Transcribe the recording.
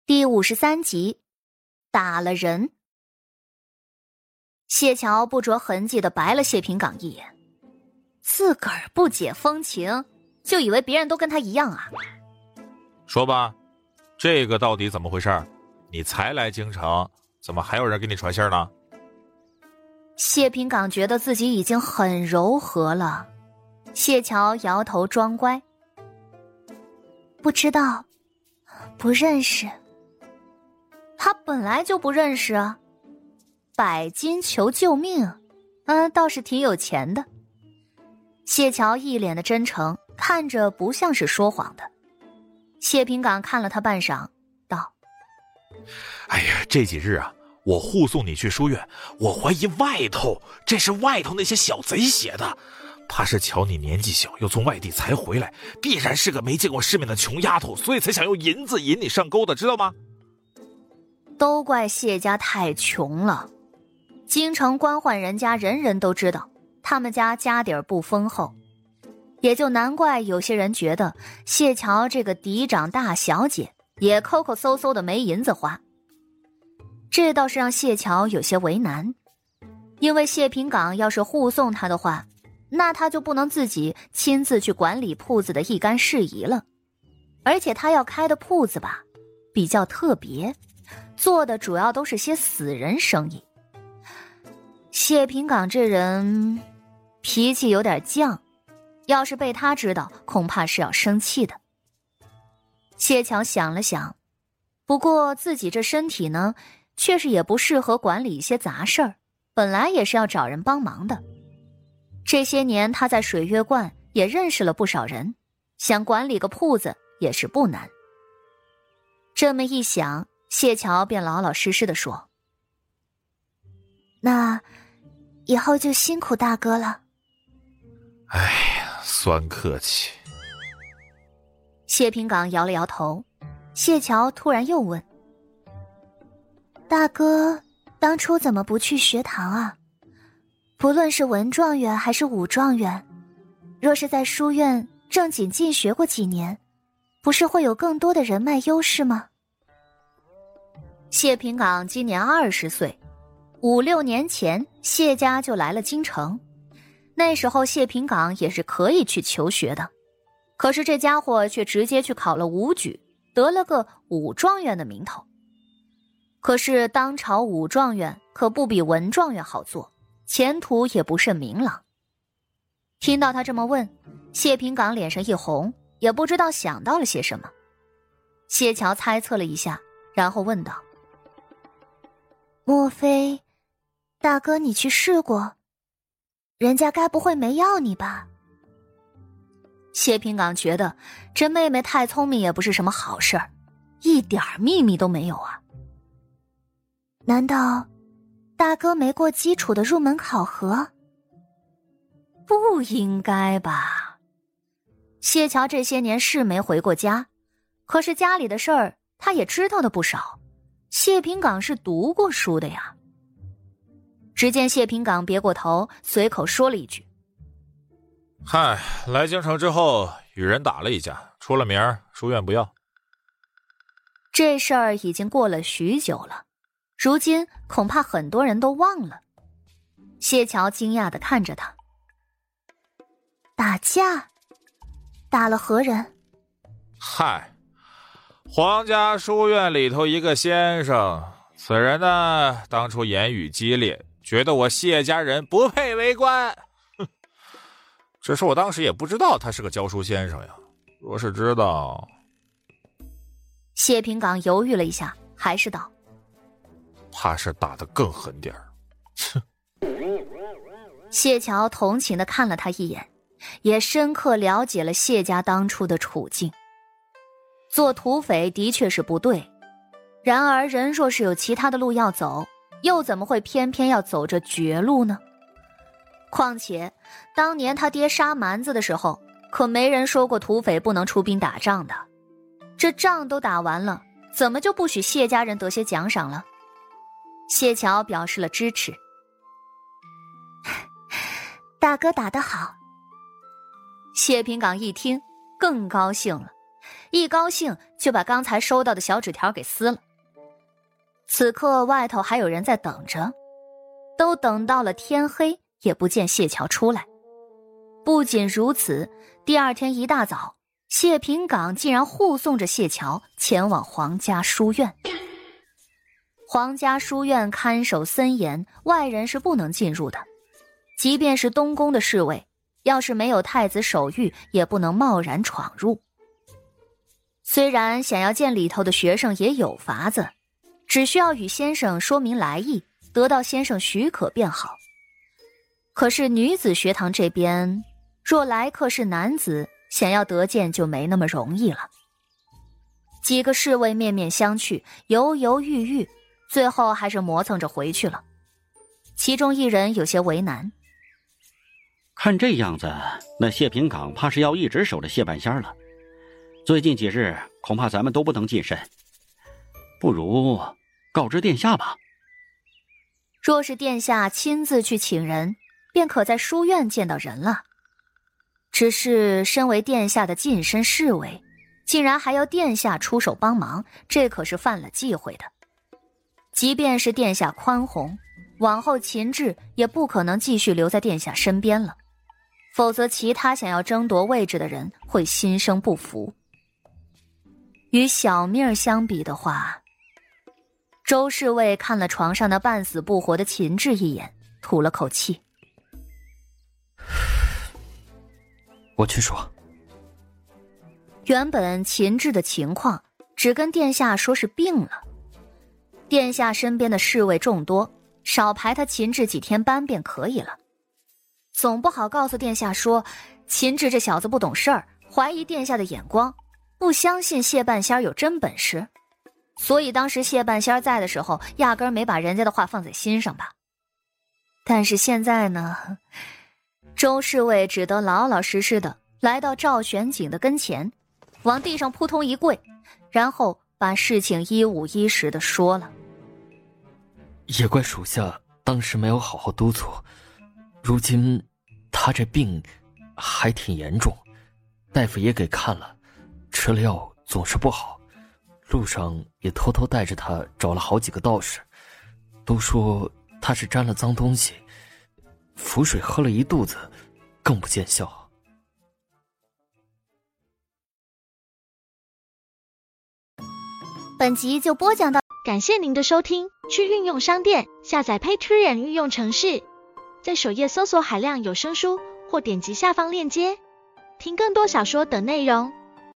第53集，打了人。谢桥不着痕迹地白了谢平岗一眼，自个儿不解风情，就以为别人都跟他一样啊？ 说吧，这个到底怎么回事？你才来京城，怎么还有人给你传信呢？ 谢平岗觉得自己已经很柔和了，谢桥摇头装乖，不知道，不认识。他本来就不认识啊，百金求救命，倒是挺有钱的。谢桥一脸的真诚，看着不像是说谎的。谢平岗看了他半晌，道： 哎呀，这几日啊，我护送你去书院，我怀疑这是外头那些小贼写的，怕是瞧你年纪小，又从外地才回来，必然是个没见过世面的穷丫头，所以才想用银子引你上钩的，知道吗？ 都怪谢家太穷了，京城官宦人家人人都知道他们家家底儿不丰厚，也就难怪有些人觉得谢桥这个嫡长大小姐也抠抠搜搜的没银子花。这倒是让谢桥有些为难，因为谢平岗要是护送他的话，那他就不能自己亲自去管理铺子的一干事宜了。而且他要开的铺子吧，比较特别，做的主要都是些死人生意。谢平岗这人脾气有点犟，要是被他知道，恐怕是要生气的。谢桥想了想，不过自己这身体呢，确实也不适合管理一些杂事儿，本来也是要找人帮忙的。这些年他在水月观也认识了不少人，想管理个铺子也是不难。这么一想，谢桥便老老实实地说：那以后就辛苦大哥了。 哎呀，算客气。 谢平岗摇了摇头。谢桥突然又问：大哥当初怎么不去学堂啊？不论是文状元还是武状元，若是在书院正经进学过几年，不是会有更多的人脉优势吗？谢平岗今年20岁，5、6年前谢家就来了京城，那时候谢平岗也是可以去求学的，可是这家伙却直接去考了武举，得了个武状元的名头。可是当朝武状元可不比文状元好做，前途也不甚明朗。听到他这么问，谢平岗脸上一红，也不知道想到了些什么。谢桥猜测了一下，然后问道：莫非大哥你去试过？人家该不会没要你吧？谢平岗觉得这妹妹太聪明也不是什么好事儿，一点秘密都没有啊。难道大哥没过基础的入门考核？不应该吧。谢桥这些年是没回过家，可是家里的事儿他也知道的不少，谢平岗是读过书的呀。只见谢平岗别过头，随口说了一句： 嗨，来京城之后与人打了一架，出了名，书院不要。 这事儿已经过了许久了，如今恐怕很多人都忘了。谢桥惊讶地看着他：打架？打了何人？ 嗨，皇家书院里头一个先生，此人呢，当初言语激烈，觉得我谢家人不配为官。只是我当时也不知道他是个教书先生呀，若是知道…… 谢平岗犹豫了一下，还是道： 怕是打得更狠点儿。 谢桥同情地看了他一眼，也深刻了解了谢家当初的处境。做土匪的确是不对，然而人若是有其他的路要走，又怎么会偏偏要走这绝路呢？况且当年他爹杀蛮子的时候，可没人说过土匪不能出兵打仗的。这仗都打完了，怎么就不许谢家人得些奖赏了？谢桥表示了支持。大哥打得好。谢平岗一听更高兴了， 一高兴就把刚才收到的小纸条给撕了。此刻外头还有人在等着，都等到了天黑也不见谢桥出来。不仅如此，第二天一大早，谢平岗竟然护送着谢桥前往皇家书院。皇家书院看守森严，外人是不能进入的，即便是东宫的侍卫，要是没有太子手谕，也不能贸然闯入。虽然想要见里头的学生也有法子，只需要与先生说明来意，得到先生许可便好。可是女子学堂这边，若来客是男子，想要得见就没那么容易了。几个侍卫面面相觑，犹犹豫豫，最后还是磨蹭着回去了。其中一人有些为难， 看这样子，那谢平岗怕是要一直守着谢半仙了。最近几日恐怕咱们都不能近身，不如告知殿下吧。 若是殿下亲自去请人，便可在书院见到人了。只是身为殿下的近身侍卫，竟然还要殿下出手帮忙，这可是犯了忌讳的。即便是殿下宽宏，往后秦志也不可能继续留在殿下身边了，否则其他想要争夺位置的人会心生不服。与小命相比的话，周侍卫看了床上那半死不活的秦志一眼，吐了口气。 我去说。 原本秦志的情况只跟殿下说是病了，殿下身边的侍卫众多，少排他秦志几天班便可以了。总不好告诉殿下说秦志这小子不懂事儿，怀疑殿下的眼光，不相信谢半仙有真本事，所以当时谢半仙在的时候，压根没把人家的话放在心上吧。但是现在呢，周侍卫只得老老实实的来到赵玄景的跟前，往地上扑通一跪，然后把事情一五一十的说了。 也怪属下当时没有好好督促，如今他这病还挺严重，大夫也给看了，吃了药总是不好，路上也偷偷带着他找了好几个道士，都说他是沾了脏东西，符水喝了一肚子更不见效。 本集就播讲到， 感谢您的收听，去运用商店下载 Patreon 运用程式，在首页搜索海量有声书，或点击下方链接听更多小说等内容。